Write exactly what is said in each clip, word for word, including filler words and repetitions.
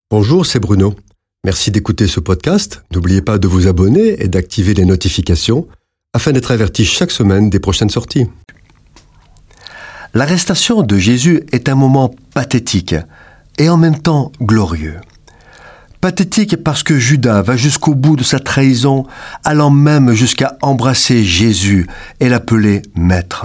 Bonjour, c'est Bruno. Merci d'écouter ce podcast. N'oubliez pas de vous abonner et d'activer les notifications afin d'être averti chaque semaine des prochaines sorties. L'arrestation de Jésus est un moment pathétique et en même temps glorieux. Pathétique parce que Judas va jusqu'au bout de sa trahison, allant même jusqu'à embrasser Jésus et l'appeler maître.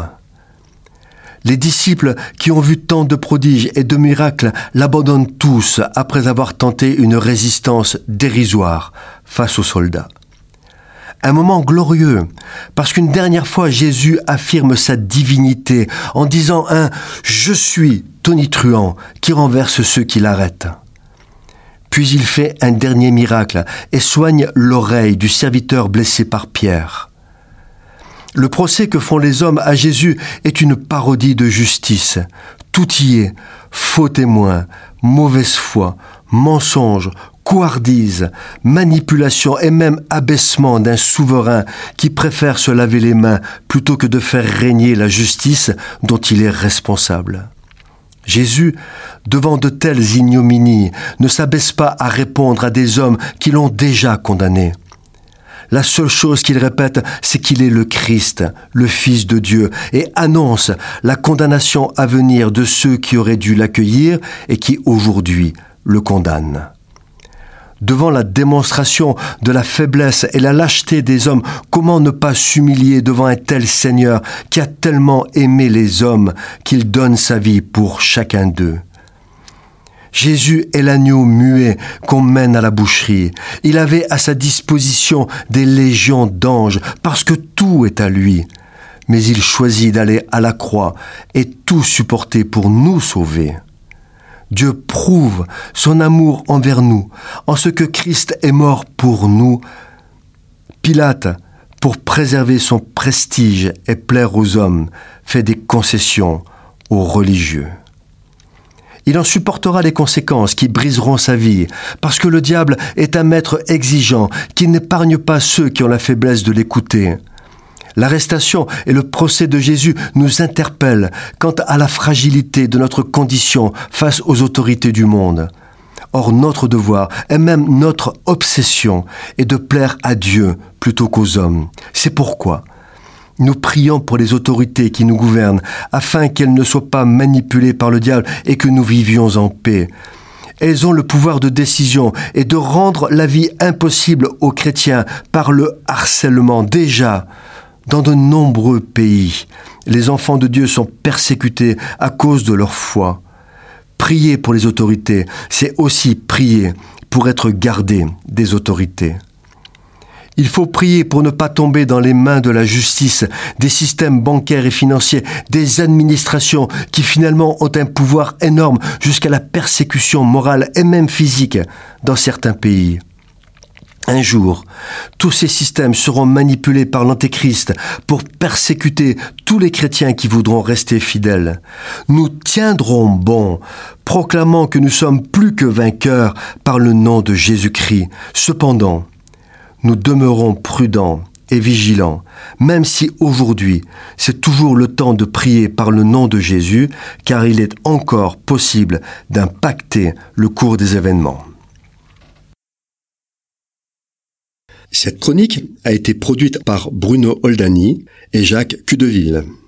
Les disciples qui ont vu tant de prodiges et de miracles l'abandonnent tous après avoir tenté une résistance dérisoire face aux soldats. Un moment glorieux, parce qu'une dernière fois Jésus affirme sa divinité en disant un « Je suis » tonitruant qui renverse ceux qui l'arrêtent. Puis il fait un dernier miracle et soigne l'oreille du serviteur blessé par Pierre. Le procès que font les hommes à Jésus est une parodie de justice. Tout y est, faux témoins, mauvaise foi, mensonge, couardise, manipulation et même abaissement d'un souverain qui préfère se laver les mains plutôt que de faire régner la justice dont il est responsable. Jésus, devant de telles ignominies, ne s'abaisse pas à répondre à des hommes qui l'ont déjà condamné. La seule chose qu'il répète, c'est qu'il est le Christ, le Fils de Dieu, et annonce la condamnation à venir de ceux qui auraient dû l'accueillir et qui aujourd'hui le condamnent. Devant la démonstration de la faiblesse et la lâcheté des hommes, comment ne pas s'humilier devant un tel Seigneur qui a tellement aimé les hommes qu'il donne sa vie pour chacun d'eux? Jésus est l'agneau muet qu'on mène à la boucherie. Il avait à sa disposition des légions d'anges parce que tout est à lui. Mais il choisit d'aller à la croix et tout supporter pour nous sauver. Dieu prouve son amour envers nous en ce que Christ est mort pour nous. Pilate, pour préserver son prestige et plaire aux hommes, fait des concessions aux religieux. Il en supportera les conséquences qui briseront sa vie, parce que le diable est un maître exigeant qui n'épargne pas ceux qui ont la faiblesse de l'écouter. L'arrestation et le procès de Jésus nous interpellent quant à la fragilité de notre condition face aux autorités du monde. Or, notre devoir, et même notre obsession, est de plaire à Dieu plutôt qu'aux hommes. C'est pourquoi nous prions pour les autorités qui nous gouvernent, afin qu'elles ne soient pas manipulées par le diable et que nous vivions en paix. Elles ont le pouvoir de décision et de rendre la vie impossible aux chrétiens par le harcèlement. Déjà, dans de nombreux pays, les enfants de Dieu sont persécutés à cause de leur foi. Prier pour les autorités, c'est aussi prier pour être gardé des autorités. Il faut prier pour ne pas tomber dans les mains de la justice, des systèmes bancaires et financiers, des administrations qui finalement ont un pouvoir énorme jusqu'à la persécution morale et même physique dans certains pays. Un jour, tous ces systèmes seront manipulés par l'Antéchrist pour persécuter tous les chrétiens qui voudront rester fidèles. Nous tiendrons bon, proclamant que nous sommes plus que vainqueurs par le nom de Jésus-Christ. Cependant, nous demeurons prudents et vigilants, même si aujourd'hui, c'est toujours le temps de prier par le nom de Jésus, car il est encore possible d'impacter le cours des événements. Cette chronique a été produite par Bruno Oldani et Jacques Cudeville.